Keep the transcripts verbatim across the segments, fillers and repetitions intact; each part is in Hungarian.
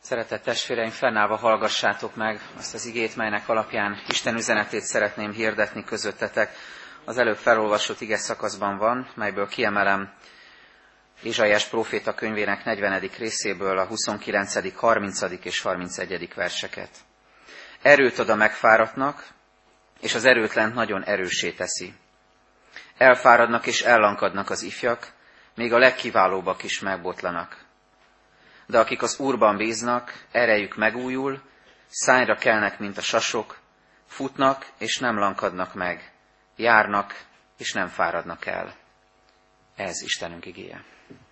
Szeretett testvéreim, fennállva hallgassátok meg azt az igét, melynek alapján Isten üzenetét szeretném hirdetni közöttetek. Az előbb felolvasott ige szakaszban van, melyből kiemelem Ézsaiás próféta könyvének negyvenedik részéből a huszonkilencedik, harmincadik és harmincegyedik verseket. Erőt ad a megfáradtnak, és az erőtlent nagyon erőssé teszi. Elfáradnak és ellankadnak az ifjak, még a legkiválóbbak is megbotlanak. De akik az Úrban bíznak, erejük megújul, szányra kelnek, mint a sasok, futnak és nem lankadnak meg, járnak és nem fáradnak el. Ez Istenünk igéje.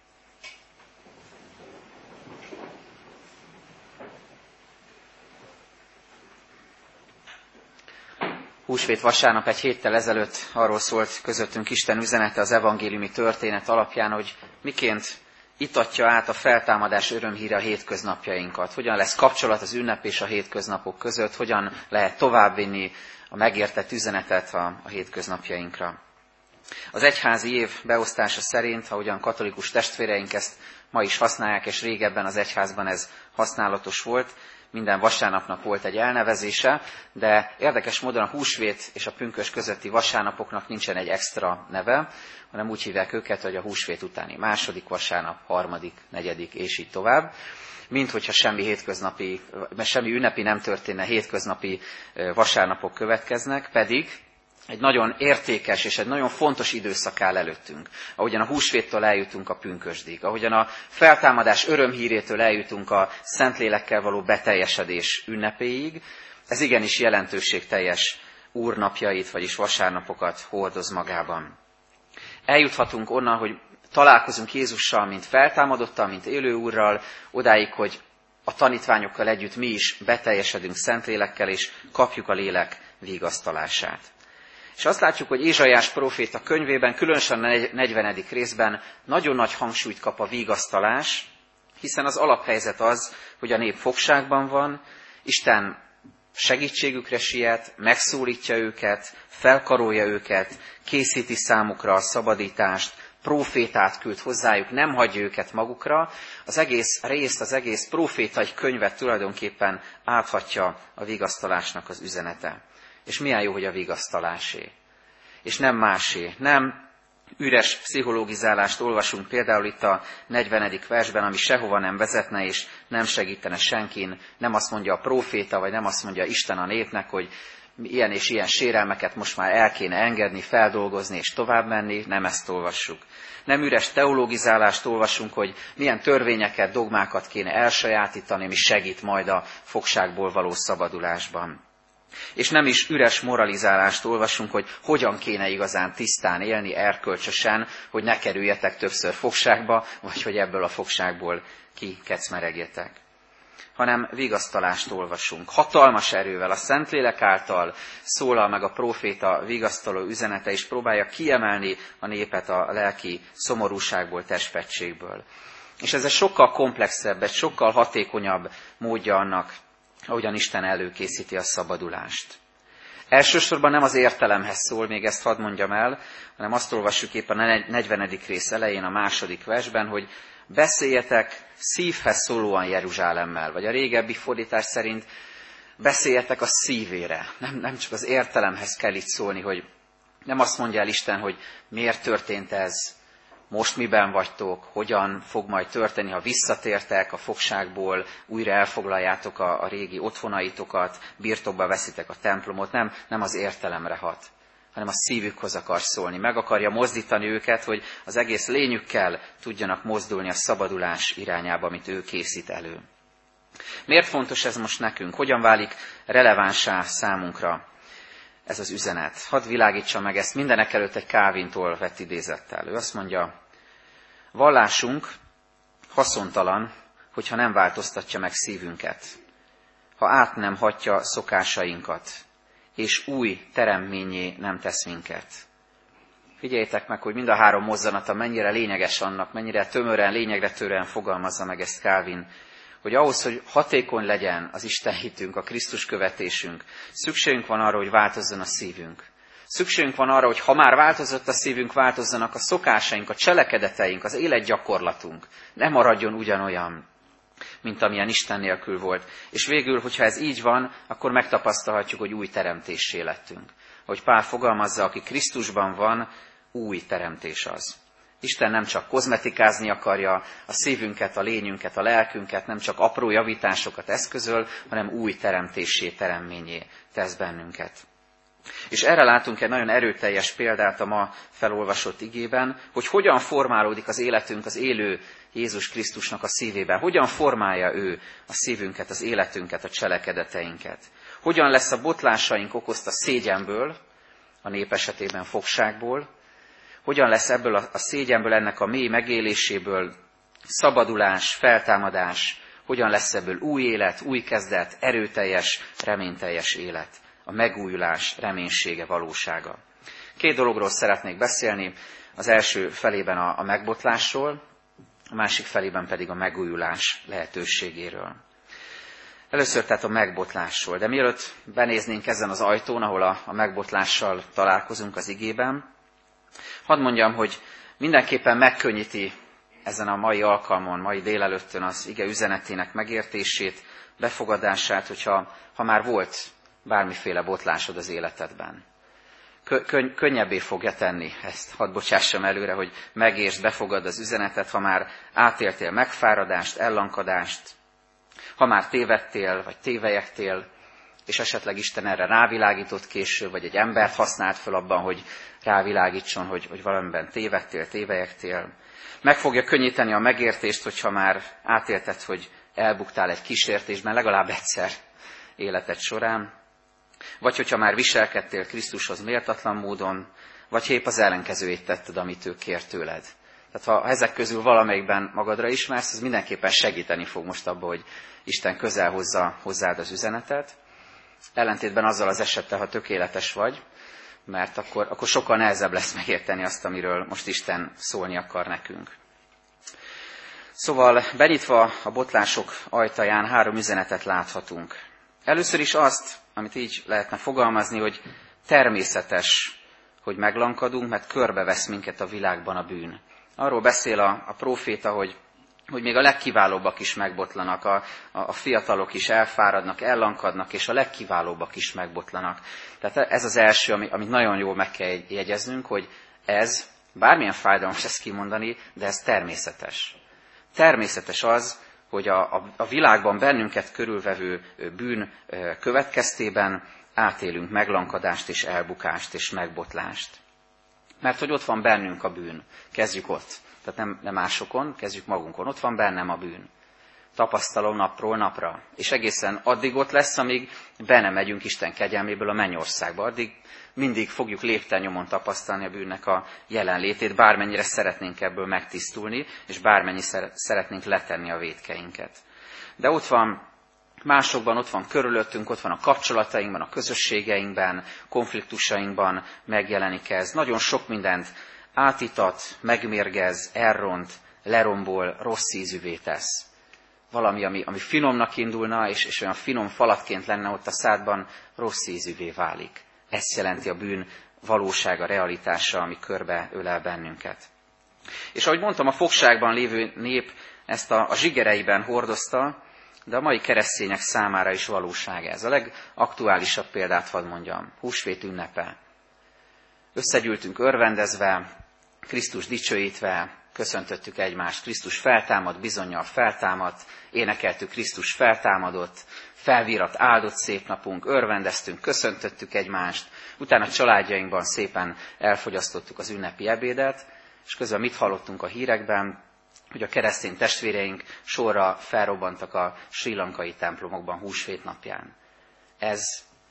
Húsvét vasárnap egy héttel ezelőtt arról szólt közöttünk Isten üzenete az evangéliumi történet alapján, hogy miként itatja át a feltámadás örömhíre a hétköznapjainkat. Hogyan lesz kapcsolat az ünnep és a hétköznapok között, hogyan lehet továbbvinni a megértett üzenetet a, a hétköznapjainkra. Az egyházi év beosztása szerint, ahogyan katolikus testvéreink ezt ma is használják, és régebben az egyházban ez használatos volt, minden vasárnapnak volt egy elnevezése, de érdekes módon a húsvét és a pünkösd közötti vasárnapoknak nincsen egy extra neve, hanem úgy hívják őket, hogy a húsvét utáni második vasárnap, harmadik, negyedik és így tovább. Mint hogyha semmi hétköznapi, semmi ünnepi nem történne, hétköznapi vasárnapok következnek, pedig egy nagyon értékes és egy nagyon fontos időszak áll előttünk. Ahogyan a húsvéttől eljutunk a pünkösdig, ahogyan a feltámadás örömhírétől eljutunk a Szentlélekkel való beteljesedés ünnepéig, ez igenis jelentőségteljes úrnapjait, vagyis vasárnapokat hordoz magában. Eljuthatunk onnan, hogy találkozunk Jézussal, mint feltámadottal, mint élő úrral, odáig, hogy a tanítványokkal együtt mi is beteljesedünk Szentlélekkel, és kapjuk a lélek vigasztalását. És azt látjuk, hogy Ézsaiás próféta könyvében, különösen a negyvenedik részben nagyon nagy hangsúlyt kap a vigasztalás, hiszen az alaphelyzet az, hogy a nép fogságban van, Isten segítségükre siet, megszólítja őket, felkarolja őket, készíti számukra a szabadítást, prófétát küld hozzájuk, nem hagyja őket magukra. Az egész részt, az egész prófétai könyvet tulajdonképpen áthatja a vigasztalásnak az üzenete. És milyen jó, hogy a vigasztalásé. És nem másé. Nem üres pszichologizálást olvasunk például itt a negyvenedik versben, ami sehova nem vezetne, és nem segítene senkin. Nem azt mondja a próféta, vagy nem azt mondja Isten a népnek, hogy ilyen és ilyen sérelmeket most már el kéne engedni, feldolgozni és tovább menni. Nem ezt olvassuk. Nem üres teologizálást olvasunk, hogy milyen törvényeket, dogmákat kéne elsajátítani, ami segít majd a fogságból való szabadulásban. És nem is üres moralizálást olvasunk, hogy hogyan kéne igazán tisztán élni, erkölcsösen, hogy ne kerüljetek többször fogságba, vagy hogy ebből a fogságból kikecmeregjetek. Hanem vigasztalást olvasunk. Hatalmas erővel, a Szentlélek által szólal meg a próféta vigasztaló üzenete, és próbálja kiemelni a népet a lelki szomorúságból, testpettségből. És ez egy sokkal komplexebb, egy sokkal hatékonyabb módja annak, ahogyan Isten előkészíti a szabadulást. Elsősorban nem az értelemhez szól, még ezt hadd mondjam el, hanem azt olvassuk éppen a negyvenedik rész elején, a második versben, hogy beszéljetek szívhez szólóan Jeruzsálemmel, vagy a régebbi fordítás szerint beszéljetek a szívére. Nem, nem csak az értelemhez kell itt szólni, hogy nem azt mondja el Isten, hogy miért történt ez, most miben vagytok, hogyan fog majd történni, ha visszatértek a fogságból, újra elfoglaljátok a, a régi otthonaitokat, birtokba veszitek a templomot. Nem, nem az értelemre hat, hanem a szívükhoz akar szólni. Meg akarja mozdítani őket, hogy az egész lényükkel tudjanak mozdulni a szabadulás irányába, amit ő készít elő. Miért fontos ez most nekünk? Hogyan válik relevánsá számunkra ez az üzenet? Hadd világítsa meg ezt mindenekelőtt egy Calvintól vett idézettel. Ő azt mondja, vallásunk haszontalan, hogyha nem változtatja meg szívünket, ha át nem hatja szokásainkat, és új teremményé nem tesz minket. Figyeljétek meg, hogy mind a három mozzanata mennyire lényeges annak, mennyire tömören, lényegre törően fogalmazza meg ezt Calvin, hogy ahhoz, hogy hatékony legyen az Isten hitünk, a Krisztus követésünk, szükségünk van arra, hogy változzon a szívünk. Szükségünk van arra, hogy ha már változott a szívünk, változzanak a szokásaink, a cselekedeteink, az életgyakorlatunk. Ne maradjon ugyanolyan. mint amilyen Isten nélkül volt. És végül, hogyha ez így van, akkor megtapasztalhatjuk, hogy új teremtéssé lettünk. Ahogy Pál fogalmazza, aki Krisztusban van, új teremtés az. Isten nem csak kozmetikázni akarja a szívünket, a lényünket, a lelkünket, nem csak apró javításokat eszközöl, hanem új teremtéssé, teremményé tesz bennünket. És erre látunk egy nagyon erőteljes példát a ma felolvasott igében, hogy hogyan formálódik az életünk az élő Jézus Krisztusnak a szívében. Hogyan formálja ő a szívünket, az életünket, a cselekedeteinket. Hogyan lesz a botlásaink okozta szégyenből, a nép esetében fogságból, hogyan lesz ebből a szégyenből, ennek a mély megéléséből szabadulás, feltámadás, hogyan lesz ebből új élet, új kezdet, erőteljes, reményteljes élet. A megújulás reménysége, valósága. Két dologról szeretnék beszélni, az első felében a, a megbotlásról, a másik felében pedig a megújulás lehetőségéről. Először tehát a megbotlásról, de mielőtt benéznénk ezen az ajtón, ahol a, a megbotlással találkozunk az igében, hadd mondjam, hogy mindenképpen megkönnyíti ezen a mai alkalmon, mai délelőttön az ige üzenetének megértését, befogadását, hogyha ha már volt bármiféle botlásod az életedben. Könny- könnyebbé fogja tenni ezt, hadd bocsássam előre, hogy megértsd, befogad az üzenetet, ha már átéltél megfáradást, ellankadást, ha már tévedtél, vagy tévelyegtél, és esetleg Isten erre rávilágított később, vagy egy embert használt fel abban, hogy rávilágítson, hogy, hogy valamiben tévedtél, tévelyegtél. Meg fogja könnyíteni a megértést, hogyha már átélted, hogy elbuktál egy kísértésben, legalább egyszer életed során, vagy hogyha már viselkedtél Krisztushoz méltatlan módon, vagy épp az ellenkezőjét tetted, amit ő kér tőled. Tehát ha ezek közül valamelyikben magadra ismersz, ez mindenképpen segíteni fog most abban, hogy Isten közel hozza hozzád az üzenetet. Ellentétben azzal az esettel, ha tökéletes vagy, mert akkor, akkor sokkal nehezebb lesz megérteni azt, amiről most Isten szólni akar nekünk. Szóval benyitva a botlások ajtaján három üzenetet láthatunk. Először is azt, amit így lehetne fogalmazni, hogy természetes, hogy meglankadunk, mert körbevesz minket a világban a bűn. Arról beszél a, a próféta, hogy, hogy még a legkiválóbbak is megbotlanak, a, a fiatalok is elfáradnak, ellankadnak, és a legkiválóbbak is megbotlanak. Tehát ez az első, amit nagyon jól meg kell jegyeznünk, hogy ez, bármilyen fájdalmas ezt kimondani, de ez természetes. Természetes az, hogy a, a, a világban bennünket körülvevő bűn következtében átélünk meglankadást és elbukást és megbotlást. Mert hogy ott van bennünk a bűn. Kezdjük ott. Tehát nem, nem másokon, kezdjük magunkon. Ott van bennem a bűn. Tapasztalom napról napra. És egészen addig ott lesz, amíg be nem megyünk Isten kegyelméből a mennyországba. Addig mindig fogjuk lépten-nyomon tapasztalni a bűnnek a jelenlétét, bármennyire szeretnénk ebből megtisztulni, és bármennyi szeretnénk letenni a vétkeinket. De ott van másokban, ott van körülöttünk, ott van a kapcsolatainkban, a közösségeinkben, konfliktusainkban megjelenik ez. Nagyon sok mindent átítat, megmérgez, elront, lerombol, rossz ízűvé tesz. Valami, ami, ami finomnak indulna, és, és olyan finom falatként lenne ott a szádban, rossz ízűvé válik. Ez jelenti a bűn valósága, realitása, ami körbe ölel bennünket. És ahogy mondtam, a fogságban lévő nép ezt a, a zsigereiben hordozta, de a mai keresztények számára is valóság ez. A legaktuálisabb példát hadd mondjam, húsvét ünnepe. Összegyűltünk örvendezve, Krisztus dicsőítve, köszöntöttük egymást, Krisztus feltámad, bizonnyal feltámadt, énekeltük, Krisztus feltámadott, felvírat, áldott szép napunk, örvendeztünk, köszöntöttük egymást, utána családjainkban szépen elfogyasztottuk az ünnepi ebédet, és közben mit hallottunk a hírekben, hogy a keresztény testvéreink sorra felrobbantak a srí lankai templomokban húsvét napján. Ez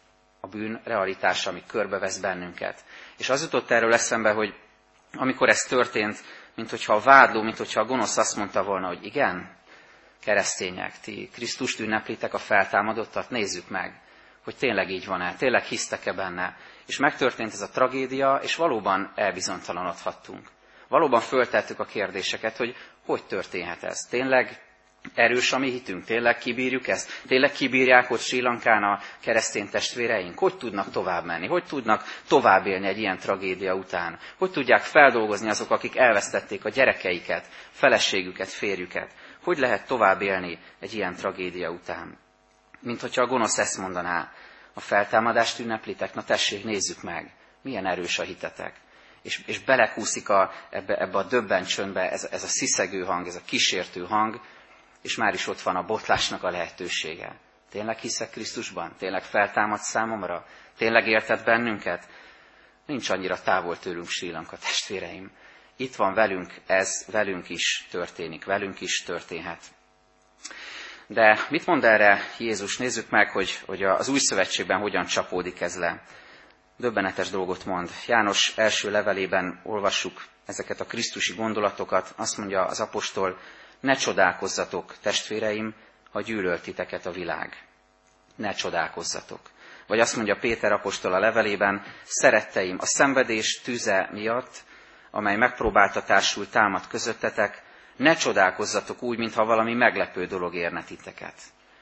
a bűn realitása, ami körbevesz bennünket. És az jutott erről eszembe, hogy amikor ez történt, minthogyha a vádló, minthogyha a gonosz azt mondta volna, hogy igen, keresztények, ti Krisztust ünneplitek, a feltámadottat, nézzük meg, hogy tényleg így van-e, tényleg hisztek-e benne. És megtörtént ez a tragédia, és valóban elbizonytalanodhattunk. Valóban föltettük a kérdéseket, hogy hogy történhet ez. Tényleg erős a mi hitünk? Tényleg kibírjuk ezt? Tényleg kibírják ott Srí Lankán a keresztény testvéreink? Hogy tudnak tovább menni? Hogy tudnak tovább élni egy ilyen tragédia után? Hogy tudják feldolgozni azok, akik elvesztették a gyerekeiket, feleségüket, férjüket? hogy lehet tovább élni egy ilyen tragédia után. Mint hogyha a gonosz ezt mondaná, a feltámadást ünneplitek, na tessék, nézzük meg, milyen erős a hitetek. És, és belekúszik a, ebbe, ebbe a döbbent csöndbe ez, ez a sziszegő hang, ez a kísértő hang, és már is ott van a botlásnak a lehetősége. Tényleg hiszek Krisztusban? Tényleg feltámad számomra? Tényleg érted bennünket? Nincs annyira távol tőlünk Srí Lanka, testvéreim. Itt van velünk, ez velünk is történik, velünk is történhet. De mit mond erre Jézus? Nézzük meg, hogy, hogy az új szövetségben hogyan csapódik ez le. Döbbenetes dolgot mond. János első levelében olvassuk ezeket a krisztusi gondolatokat. Azt mondja az apostol, ne csodálkozzatok, testvéreim, ha gyűlöl titeket a világ. Ne csodálkozzatok. Vagy azt mondja Péter apostol a levelében, szeretteim, a szenvedés tüze miatt, amely megpróbáltatásul támad közöttetek, ne csodálkozzatok úgy, mintha valami meglepő dolog érne titeket.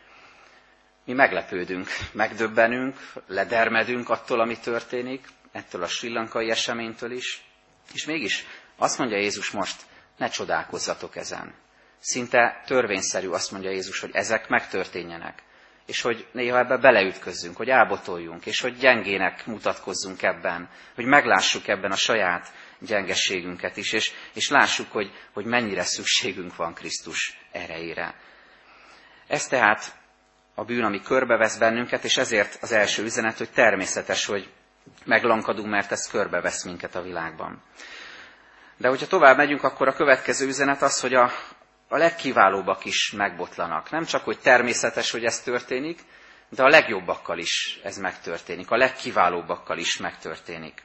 Mi meglepődünk, megdöbbenünk, ledermedünk attól, ami történik, ettől a srí lankai eseménytől is, és mégis azt mondja Jézus most, ne csodálkozzatok ezen. Szinte törvényszerű azt mondja Jézus, hogy ezek megtörténjenek, és hogy néha ebbe beleütközzünk, hogy ábotoljunk, és hogy gyengének mutatkozzunk ebben, hogy meglássuk ebben a saját gyengeségünket is, és, és lássuk, hogy, hogy mennyire szükségünk van Krisztus erejére. Ez tehát a bűn, ami körbevesz bennünket, és ezért az első üzenet, hogy természetes, hogy meglankadunk, mert ez körbevesz minket a világban. De hogyha tovább megyünk, akkor a következő üzenet az, hogy a, a legkiválóbbak is megbotlanak. Nem csak, hogy természetes, hogy ez történik, de a legjobbakkal is ez megtörténik, a legkiválóbbakkal is megtörténik.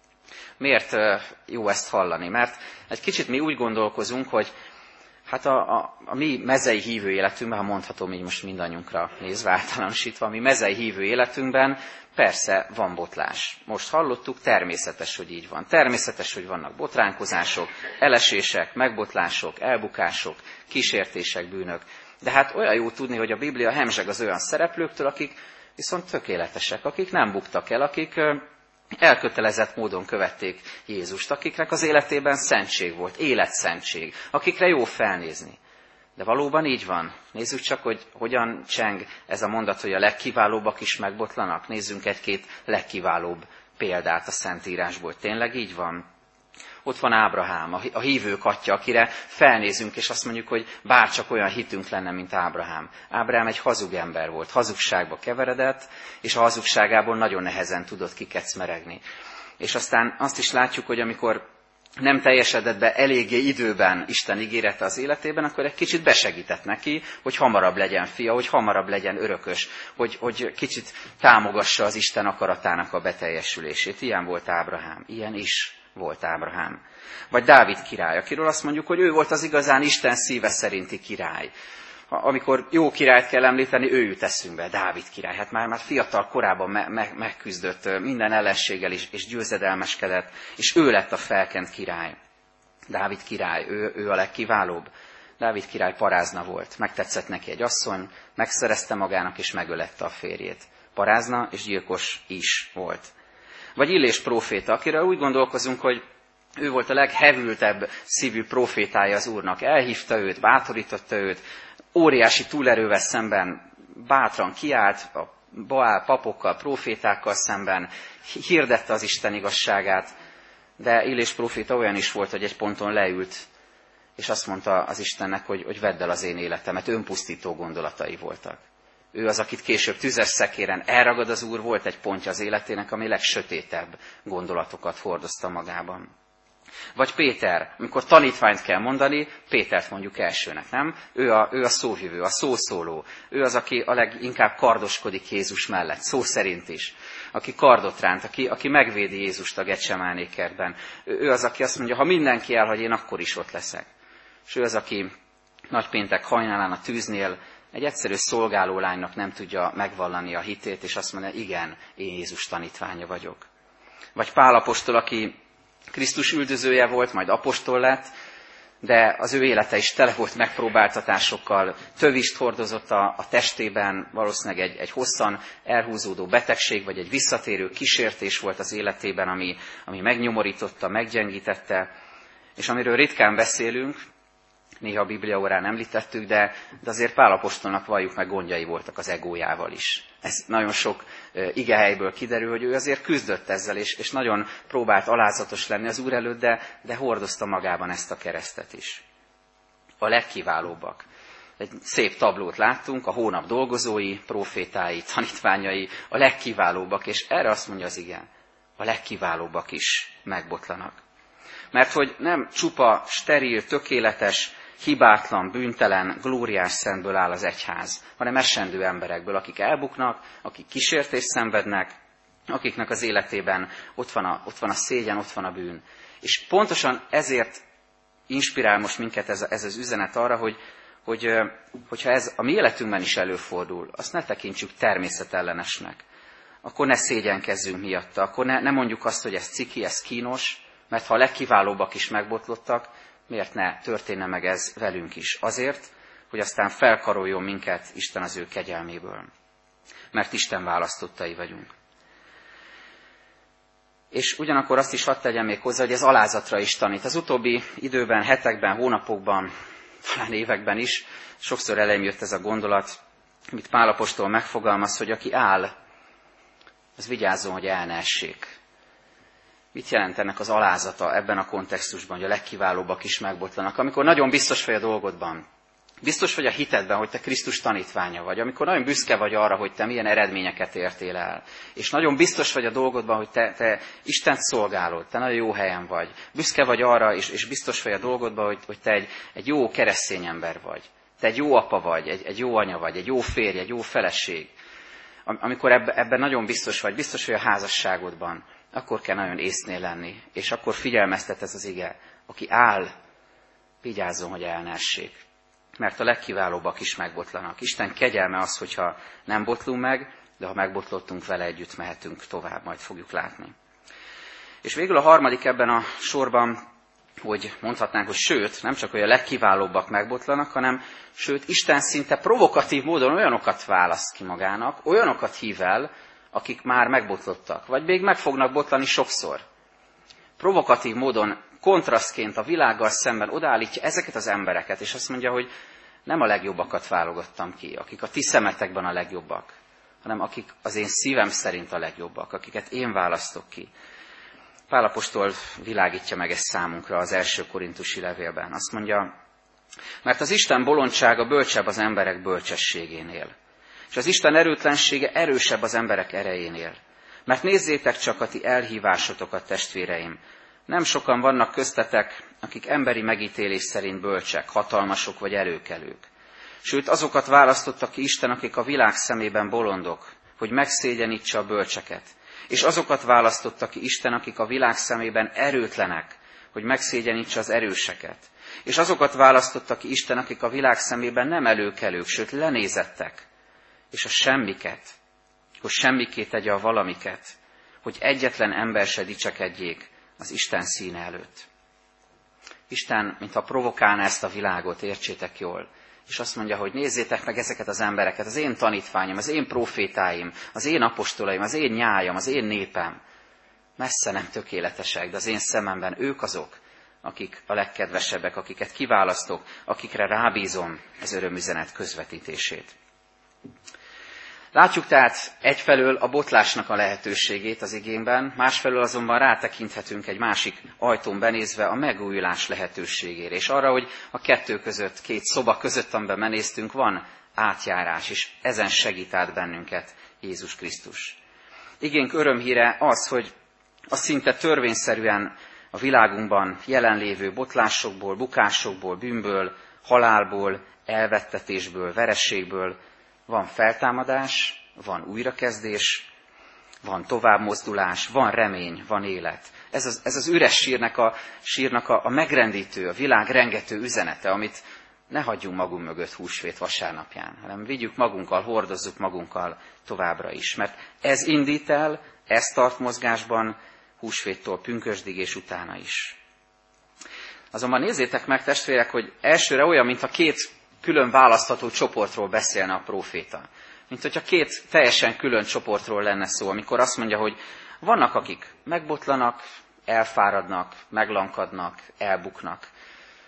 Miért jó ezt hallani? Mert egy kicsit mi úgy gondolkozunk, hogy hát a, a, a mi mezei hívő életünkben, ha mondhatom így most mindannyiunkra nézve, általánosítva, a mi mezei hívő életünkben persze van botlás. Most hallottuk, természetes, hogy így van. Természetes, hogy vannak botránkozások, elesések, megbotlások, elbukások, kísértések, bűnök. De hát olyan jó tudni, hogy a Biblia hemzseg az olyan szereplőktől, akik viszont tökéletesek, akik nem buktak el, akik elkötelezett módon követték Jézust, akiknek az életében szentség volt, életszentség, akikre jó felnézni. De valóban így van. Nézzük csak, hogy hogyan cseng ez a mondat, hogy a legkiválóbbak is megbotlanak. Nézzünk egy-két legkiválóbb példát a Szentírásból. Tényleg így van? Ott van Ábrahám, a hívők atya, akire felnézünk, és azt mondjuk, hogy bárcsak olyan hitünk lenne, mint Ábrahám. Ábrahám egy hazug ember volt, hazugságba keveredett, és a hazugságából nagyon nehezen tudott kikecmeregni. És aztán azt is látjuk, hogy amikor nem teljesedett be eléggé időben Isten ígérete az életében, akkor egy kicsit besegített neki, hogy hamarabb legyen fia, hogy hamarabb legyen örökös, hogy, hogy kicsit támogassa az Isten akaratának a beteljesülését. Ilyen volt Ábrahám, ilyen is volt Ábrahám. Vagy Dávid király, akiről azt mondjuk, hogy ő volt az igazán Isten szíve szerinti király. Amikor jó királyt kell említeni, ő jut eszünkbe, Dávid király. Hát már, már fiatal korában me, me, megküzdött minden ellenséggel is, és győzedelmeskedett, és ő lett a felkent király. Dávid király, ő, ő a legkiválóbb. Dávid király parázna volt, megtetszett neki egy asszony, megszerezte magának, és megölette a férjét. Parázna és gyilkos is volt. Vagy Illés próféta, akire úgy gondolkozunk, hogy ő volt a leghevültebb szívű prófétája az Úrnak. Elhívta őt, bátorította őt, óriási túlerővel szemben bátran kiállt, a Baál papokkal, prófétákkal szemben, hirdette az Isten igazságát, de Illés próféta olyan is volt, hogy egy ponton leült, és azt mondta az Istennek, hogy, hogy vedd el az én életemet, önpusztító gondolatai voltak. Ő az, akit később tüzes szekéren elragad az Úr, volt egy pontja az életének, ami legsötétebb gondolatokat hordozta magában. Vagy Péter, amikor tanítványt kell mondani, Pétert mondjuk elsőnek, nem? Ő a, ő a szóvivő, a szószóló. Ő az, aki a leginkább kardoskodik Jézus mellett, szó szerint is. Aki kardot ránt, aki, aki megvédi Jézust a Getsemáné kertben. Ő, ő az, aki azt mondja, ha mindenki elhagy, én akkor is ott leszek. És ő az, aki nagypéntek hajnalán a tűznél egy egyszerű szolgálólánynak nem tudja megvallani a hitét, és azt mondja, igen, én Jézus tanítványa vagyok. Vagy Pál apostol, aki Krisztus üldözője volt, majd apostol lett, de az ő élete is tele volt megpróbáltatásokkal, tövist hordozott a, a testében, valószínűleg egy, egy hosszan elhúzódó betegség, vagy egy visszatérő kísértés volt az életében, ami, ami megnyomorította, meggyengítette, és amiről ritkán beszélünk, néha a Biblia órán említettük, de, de azért Pál apostolnak valljuk meg gondjai voltak az egójával is. Ez nagyon sok igehelyből kiderül, hogy ő azért küzdött ezzel, és, és nagyon próbált alázatos lenni az Úr előtt, de, de hordozta magában ezt a keresztet is. A legkiválóbbak. Egy szép tablót láttunk, a hónap dolgozói, profétái, tanítványai, a legkiválóbbak, és erre azt mondja az ige, a legkiválóbbak is megbotlanak. Mert hogy nem csupa, steril, tökéletes, hibátlan, bűntelen, glóriás szentből áll az egyház, hanem esendő emberekből, akik elbuknak, akik kísértést szenvednek, akiknek az életében ott van a, ott van a szégyen, ott van a bűn. És pontosan ezért inspirál most minket ez, ez az üzenet arra, hogy, hogy hogyha ez a mi életünkben is előfordul, azt ne tekintsük természetellenesnek. Akkor ne szégyenkezzünk miatta, akkor ne, ne mondjuk azt, hogy ez ciki, ez kínos, mert ha a legkiválóbbak is megbotlottak, miért ne történne meg ez velünk is? Azért, hogy aztán felkaroljon minket Isten az ő kegyelméből. Mert Isten választottai vagyunk. És ugyanakkor azt is hadd tegyem még hozzá, hogy ez alázatra is tanít. Az utóbbi időben, hetekben, hónapokban, talán években is sokszor elejém jött ez a gondolat, amit Pál apostol megfogalmaz, hogy aki áll, az vigyázzon, hogy el ne essék. Mit jelent ennek az alázata ebben a kontextusban, hogy a legkiválóbbak is megbotlanak? Amikor nagyon biztos vagy a dolgodban, biztos vagy a hitedben, hogy te Krisztus tanítványa vagy, amikor nagyon büszke vagy arra, hogy te milyen eredményeket értél el, és nagyon biztos vagy a dolgodban, hogy te, te Istent szolgálod, te nagyon jó helyen vagy, büszke vagy arra, és, és biztos vagy a dolgodban, hogy, hogy te egy, egy jó keresztény ember vagy, te egy jó apa vagy, egy, egy jó anya vagy, egy jó férj, egy jó feleség. Amikor ebben nagyon biztos vagy, biztos vagy a házasságodban, akkor kell nagyon észnél lenni, és akkor figyelmeztet ez az ige. Aki áll, vigyázzon, hogy el ne essék. Mert a legkiválóbbak is megbotlanak. Isten kegyelme az, hogyha nem botlunk meg, de ha megbotlottunk vele együtt, mehetünk tovább, majd fogjuk látni. És végül a harmadik ebben a sorban, hogy mondhatnánk, hogy sőt, nem csak, hogy a legkiválóbbak megbotlanak, hanem sőt, Isten szinte provokatív módon olyanokat választ ki magának, olyanokat hív el, akik már megbotlottak, vagy még meg fognak botlani sokszor. Provokatív módon, kontrasztként a világgal szemben odaállítja ezeket az embereket, és azt mondja, hogy nem a legjobbakat válogattam ki, akik a ti szemetekben a legjobbak, hanem akik az én szívem szerint a legjobbak, akiket én választok ki. Pál apostol világítja meg ezt számunkra az első korintusi levélben. Azt mondja, mert az Isten bolondsága bölcsebb az emberek bölcsességénél, és az Isten erőtlensége erősebb az emberek erejénél. Mert nézzétek csak a ti elhívásotokat, testvéreim. Nem sokan vannak köztetek, akik emberi megítélés szerint bölcsek, hatalmasok vagy előkelők. Sőt, azokat választotta ki Isten, akik a világ szemében bolondok, hogy megszégyenítse a bölcseket. És azokat választotta ki Isten, akik a világ szemében erőtlenek, hogy megszégyenítse az erőseket. És azokat választotta ki Isten, akik a világ szemében nem előkelők, sőt lenézettek. És a semmiket, hogy semmiké tegye a valamiket, hogy egyetlen ember se dicsekedjék az Isten színe előtt. Isten, mintha provokálná ezt a világot, értsétek jól, és azt mondja, hogy nézzétek meg ezeket az embereket, az én tanítványom, az én profétáim, az én apostolaim, az én nyájam, az én népem. Messze nem tökéletesek, de az én szememben ők azok, akik a legkedvesebbek, akiket kiválasztok, akikre rábízom az örömüzenet közvetítését. Látjuk tehát egyfelől a botlásnak a lehetőségét az igényben, másfelől azonban rátekinthetünk egy másik ajtón benézve a megújulás lehetőségére, és arra, hogy a kettő között, két szoba között, amiben benéztünk, van átjárás, és ezen segít át bennünket Jézus Krisztus. Igénk örömhíre az, hogy a szinte törvényszerűen a világunkban jelenlévő botlásokból, bukásokból, bűnből, halálból, elvettetésből, verességből van feltámadás, van újrakezdés, van továbbmozdulás, van remény, van élet. Ez az, ez az üres sírnak, a, sírnak a, a megrendítő, a világ rengető üzenete, amit ne hagyjunk magunk mögött húsvét vasárnapján, hanem vigyük magunkkal, hordozzuk magunkkal továbbra is. Mert ez indít el, ez tart mozgásban húsvéttól pünkösdig és utána is. Azonban nézzétek meg, testvérek, hogy elsőre olyan, mintha két külön választható csoportról beszélne a próféta. Mint hogyha két teljesen külön csoportról lenne szó, amikor azt mondja, hogy vannak, akik megbotlanak, elfáradnak, meglankadnak, elbuknak.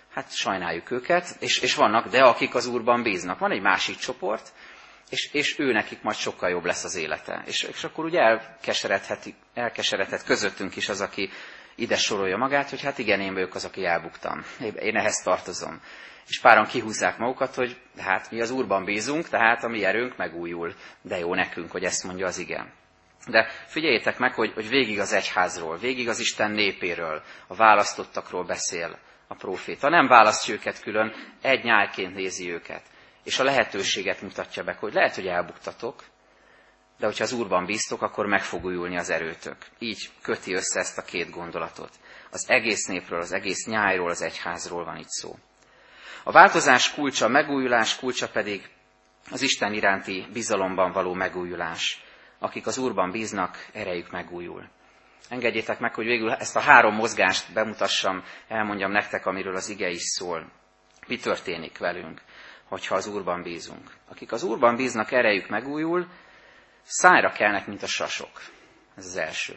hát sajnáljuk őket, és, és vannak, de akik az Úrban bíznak. Van egy másik csoport, és, és ő nekik majd sokkal jobb lesz az élete. És, és akkor ugye elkeseredhet, elkeseredhet közöttünk is az, aki ide sorolja magát, hogy hát igen, én vagyok az, aki elbuktam. Én ehhez tartozom. És páran kihúzzák magukat, hogy hát mi az Úrban bízunk, tehát a mi erőnk megújul. De jó nekünk, hogy ezt mondja az ige. De figyeljétek meg, hogy, hogy végig az egyházról, végig az Isten népéről, a választottakról beszél a próféta. Nem választja őket külön, egy nyálként nézi őket. És a lehetőséget mutatja be, hogy lehet, hogy elbuktatok, de hogyha az Úrban bíztok, akkor meg fog újulni az erőtök. Így köti össze ezt a két gondolatot. Az egész népről, az egész nyájról, az egyházról van itt szó. A változás kulcsa, a megújulás kulcsa pedig az Isten iránti bizalomban való megújulás. Akik az Úrban bíznak, erejük megújul. Engedjétek meg, hogy végül ezt a három mozgást bemutassam, elmondjam nektek, amiről az ige is szól. Mi történik velünk, hogyha az Úrban bízunk? Akik az Úrban bíznak, erejük megújul, szájra kelnek, mint a sasok. Ez az első.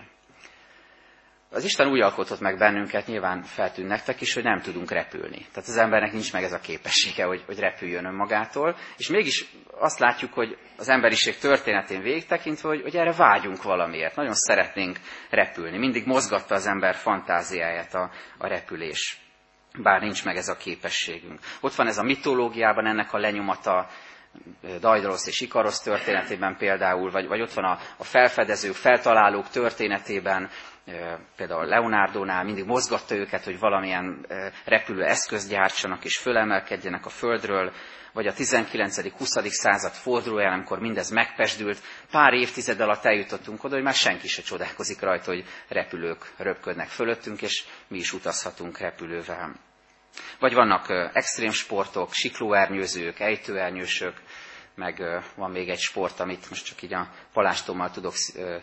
Az Isten úgy alkotott meg bennünket, nyilván feltűn nektek is, hogy nem tudunk repülni. Tehát az embernek nincs meg ez a képessége, hogy, hogy repüljön önmagától. És mégis azt látjuk, hogy az emberiség történetén végigtekintve, hogy, hogy erre vágyunk valamiért. Nagyon szeretnénk repülni. Mindig mozgatta az ember fantáziáját a, a repülés. Bár nincs meg ez a képességünk. Ott van ez a mitológiában ennek a lenyomata, Dajdarosz és Ikarosz történetében például, vagy, vagy ott van a, a felfedezők, feltalálók történetében, például Leonardónál mindig mozgatta őket, hogy valamilyen repülő eszközt gyártsanak és fölemelkedjenek a földről, vagy a tizenkilencedik-huszadik század fordulóján, amikor mindez megpesdült, pár évtized alatt eljutottunk oda, hogy már senki se csodálkozik rajta, hogy repülők röpködnek fölöttünk, és mi is utazhatunk repülővel. Vagy vannak extrém sportok, siklóernyőzők, ejtőernyősök, meg van még egy sport, amit most csak így a palástommal tudok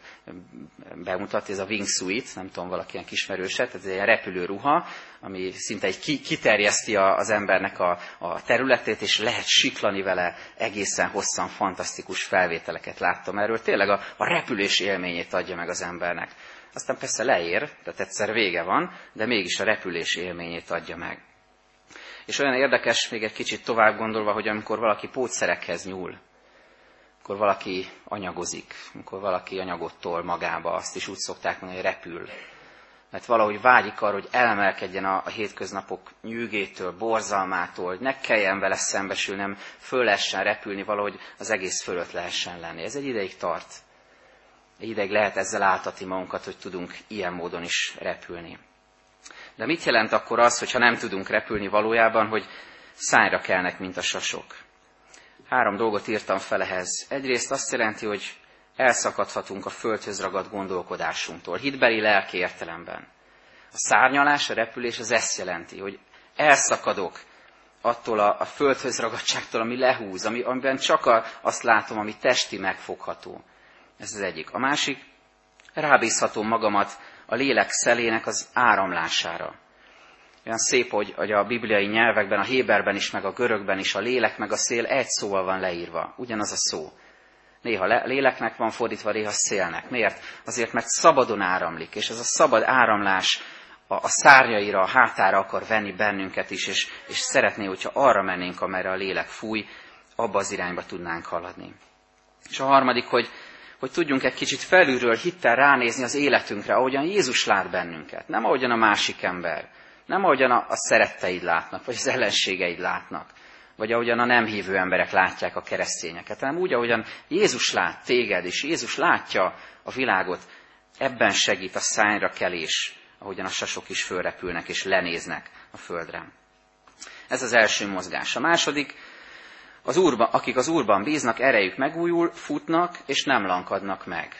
bemutatni, ez a wingsuit, nem tudom, valaki ilyen kismerőset, ez egy ilyen repülőruha, ami szinte egy kiterjeszti az embernek a, a területét, és lehet siklani vele egészen hosszan, fantasztikus felvételeket láttam erről. Tényleg a, a repülés élményét adja meg az embernek. Aztán persze leér, tehát egyszer vége van, de mégis a repülés élményét adja meg. És olyan érdekes, még egy kicsit tovább gondolva, hogy amikor valaki pótszerekhez nyúl, amikor valaki anyagozik, amikor valaki anyagot tol magába, azt is úgy szokták mondani, hogy repül. Mert valahogy vágyik arra, hogy elemelkedjen a, a hétköznapok nyűgétől, borzalmától, hogy ne kelljen vele szembesülnem, föl lehessen repülni, valahogy az egész fölött lehessen lenni. Ez egy ideig tart. Egy ideig lehet ezzel áltatni magunkat, hogy tudunk ilyen módon is repülni. De mit jelent akkor az, hogyha nem tudunk repülni valójában, hogy szájra kelnek, mint a sasok? Három dolgot írtam fel ehhez. Egyrészt azt jelenti, hogy elszakadhatunk a földhöz ragadt gondolkodásunktól, hitbeli lelki értelemben. A szárnyalás, a repülés az ezt jelenti, hogy elszakadok attól a, a földhöz ragadtságtól, ami lehúz, ami, amiben csak a, azt látom, ami testi, megfogható. Ez az egyik. A másik, rábízhatom magamat a lélek szelének az áramlására. Olyan szép, hogy, hogy a bibliai nyelvekben, a héberben is, meg a görögben is a lélek meg a szél egy szóval van leírva. Ugyanaz a szó. Néha le, léleknek van fordítva, néha szélnek. Miért? Azért, mert szabadon áramlik, és ez a szabad áramlás a, a szárnyaira, a hátára akar venni bennünket is, és, és szeretné, hogyha arra mennénk, amerre a lélek fúj, abba az irányba tudnánk haladni. És a harmadik, hogy hogy tudjunk egy kicsit felülről hittel ránézni az életünkre, ahogyan Jézus lát bennünket. Nem ahogyan a másik ember, nem ahogyan a, a szeretteid látnak, vagy az ellenségeid látnak, vagy ahogyan a nem hívő emberek látják a keresztényeket, hanem úgy, ahogyan Jézus lát téged, és Jézus látja a világot. Ebben segít a szájra kelés, ahogyan a sasok is fölrepülnek és lenéznek a földre. Ez az első mozgás. A második, Az úrban, akik az Úrban bíznak, erejük megújul, futnak, és nem lankadnak meg.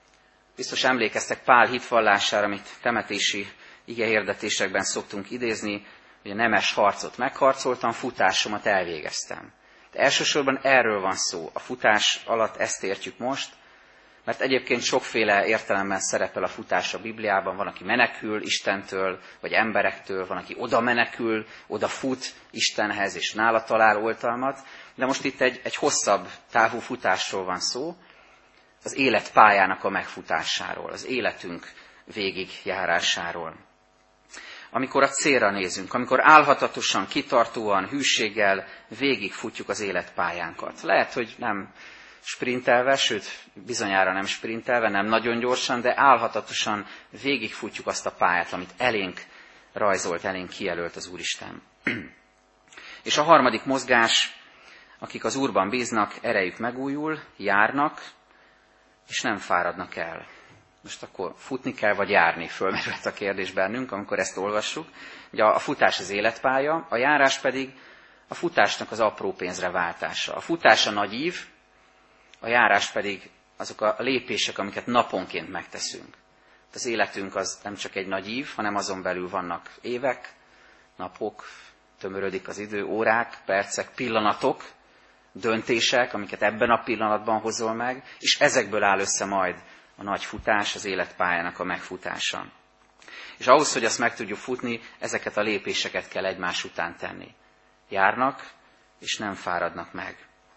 Biztos emlékeztek Pál hitvallására, amit temetési igehirdetésekben szoktunk idézni, hogy a nemes harcot megharcoltam, futásomat elvégeztem. De elsősorban erről van szó. A futás alatt ezt értjük most, mert egyébként sokféle értelemben szerepel a futás a Bibliában. Van, aki menekül Istentől, vagy emberektől, van, aki oda menekül, oda fut Istenhez, és nála talál oltalmat. De most itt egy, egy hosszabb távú futásról van szó, az életpályának a megfutásáról, az életünk végigjárásáról. amikor a célra nézünk, amikor álhatatosan, kitartóan, hűséggel végigfutjuk az életpályánkat. Lehet, hogy nem sprintelve, sőt, bizonyára nem sprintelve, nem nagyon gyorsan, de álhatatosan végigfutjuk azt a pályát, amit elénk rajzolt, elénk kijelölt az Úristen. És a harmadik mozgás, akik az Úrban bíznak, erejük megújul, járnak, és nem fáradnak el. Most akkor futni kell, vagy járni? Fölmerült a kérdés bennünk, amikor ezt olvassuk. Ugye a futás az életpálya, a járás pedig a futásnak az apró pénzre váltása. A futás a nagy ív, a járás pedig azok a lépések, amiket naponként megteszünk. Az életünk az nem csak egy nagy ív, hanem azon belül vannak évek, napok, tömörödik az idő, órák, percek, pillanatok, döntések, amiket ebben a pillanatban hozol meg, és ezekből áll össze majd a nagy futás, az életpályának a megfutása. És ahhoz, hogy azt meg tudjuk futni, ezeket a lépéseket kell egymás után tenni. Járnak, és nem fáradnak meg.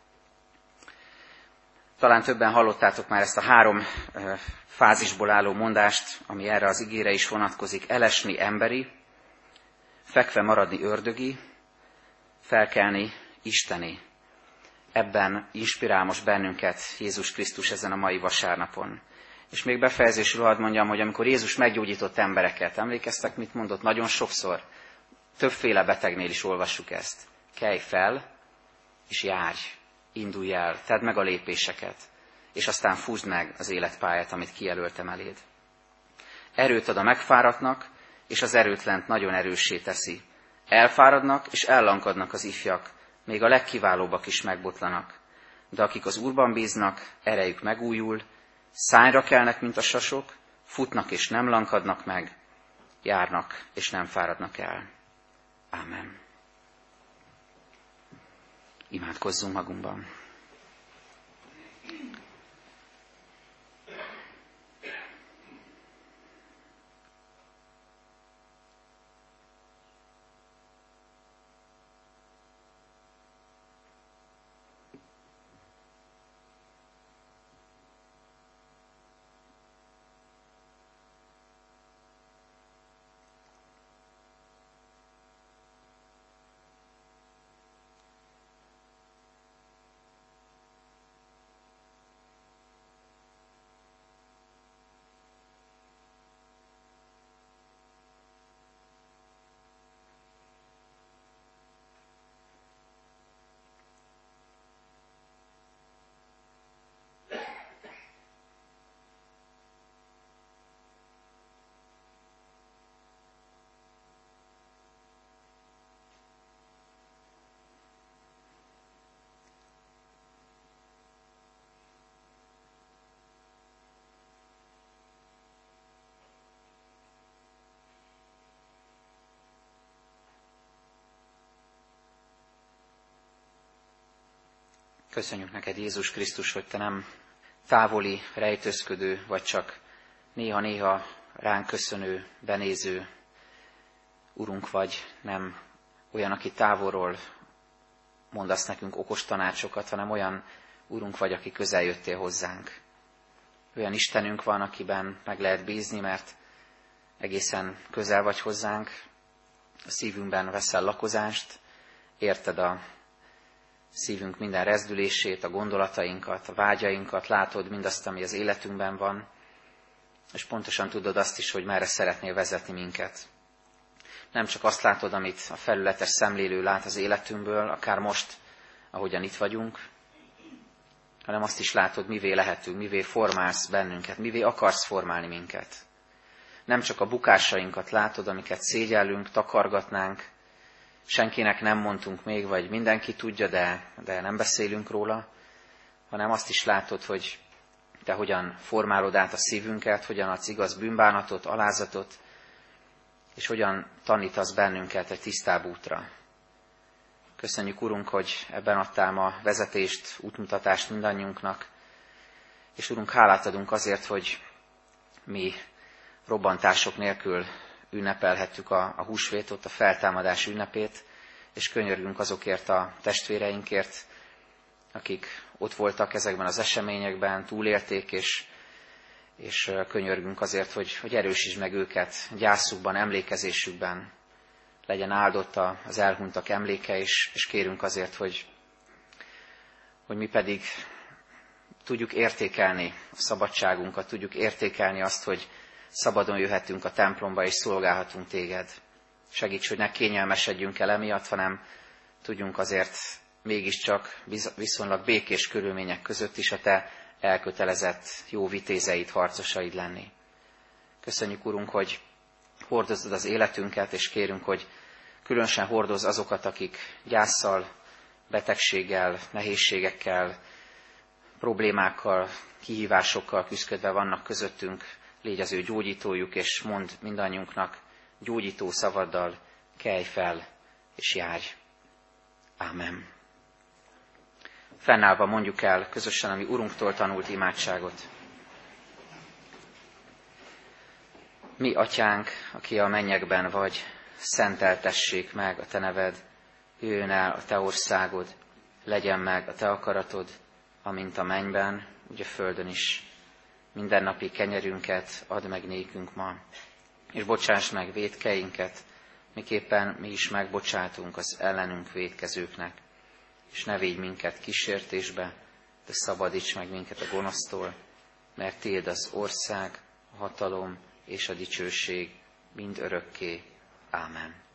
Talán többen hallottátok már ezt a három fázisból álló mondást, ami erre az igére is vonatkozik. Elesni emberi, fekve maradni ördögi, felkelni isteni. Ebben inspirál most bennünket Jézus Krisztus ezen a mai vasárnapon. És még befejezésül hadd mondjam, hogy amikor Jézus meggyógyított embereket, emlékeztek, mit mondott? Nagyon sokszor, többféle betegnél is olvassuk ezt. Kelj fel, és járj, indulj el, tedd meg a lépéseket, és aztán fúzd meg az életpályát, amit kijelöltem eléd. Erőt ad a megfáradtnak, és az erőtlent nagyon erőssé teszi. Elfáradnak, és ellankadnak az ifjak, még a legkiválóbbak is megbotlanak. De akik az Úrban bíznak, erejük megújul, szányra kelnek, mint a sasok, futnak és nem lankadnak meg, járnak és nem fáradnak el. Ámen. Imádkozzunk magunkban. Köszönjük neked, Jézus Krisztus, hogy te nem távoli, rejtőzködő, vagy csak néha-néha ránk köszönő, benéző Urunk vagy, nem olyan, aki távolról mondasz nekünk okos tanácsokat, hanem olyan Urunk vagy, aki közel jöttél hozzánk. Olyan Istenünk van, akiben meg lehet bízni, mert egészen közel vagy hozzánk, a szívünkben veszel lakozást, érted a szívünk minden rezdülését, a gondolatainkat, a vágyainkat, látod mindazt, ami az életünkben van, és pontosan tudod azt is, hogy merre szeretnél vezetni minket. Nem csak azt látod, amit a felületes szemlélő lát az életünkből, akár most, ahogyan itt vagyunk, hanem azt is látod, mivé lehetünk, mivé formálsz bennünket, mivé akarsz formálni minket. Nem csak a bukásainkat látod, amiket szégyellünk, takargatnánk, senkinek nem mondtunk még, vagy mindenki tudja, de, de nem beszélünk róla, hanem azt is látod, hogy te hogyan formálod át a szívünket, hogyan adsz igaz bűnbánatot, alázatot, és hogyan tanítasz bennünket egy tisztább útra. Köszönjük, Urunk, hogy ebben adtál ma vezetést, útmutatást mindannyiunknak, és Urunk, hálát adunk azért, hogy mi robbantások nélkül ünnepelhettük a, a húsvétot, a feltámadás ünnepét, és könyörgünk azokért a testvéreinkért, akik ott voltak ezekben az eseményekben, túlélték, és, és könyörgünk azért, hogy, hogy erősítsd meg őket gyászukban, emlékezésükben, legyen áldott az elhunytak emléke is, és kérünk azért, hogy, hogy mi pedig tudjuk értékelni a szabadságunkat, tudjuk értékelni azt, hogy szabadon jöhetünk a templomba, és szolgálhatunk téged. Segíts, hogy ne kényelmesedjünk el emiatt, hanem tudjunk azért mégiscsak viszonylag békés körülmények között is a te elkötelezett jó vitézeid, harcosaid lenni. Köszönjük, Urunk, hogy hordozod az életünket, és kérünk, hogy különösen hordozz azokat, akik gyásszal, betegséggel, nehézségekkel, problémákkal, kihívásokkal küzdködve vannak közöttünk. Légy az ő gyógyítójuk, és mondd mindannyiunknak gyógyító szavaddal, kelj fel, és járj. Ámen. Fennállva mondjuk el közösen a mi Urunktól tanult imádságot. Mi, Atyánk, aki a mennyekben vagy, szenteltessék meg a te neved, jöjjön el a te országod, legyen meg a te akaratod, amint a mennyben, úgy a földön is. Mindennapi kenyerünket add meg nékünk ma, és bocsáss meg vétkeinket, miképpen mi is megbocsátunk az ellenünk vétkezőknek, és ne védj minket kísértésbe, de szabadíts meg minket a gonosztól, mert tiéd az ország, a hatalom és a dicsőség mind örökké. Ámen.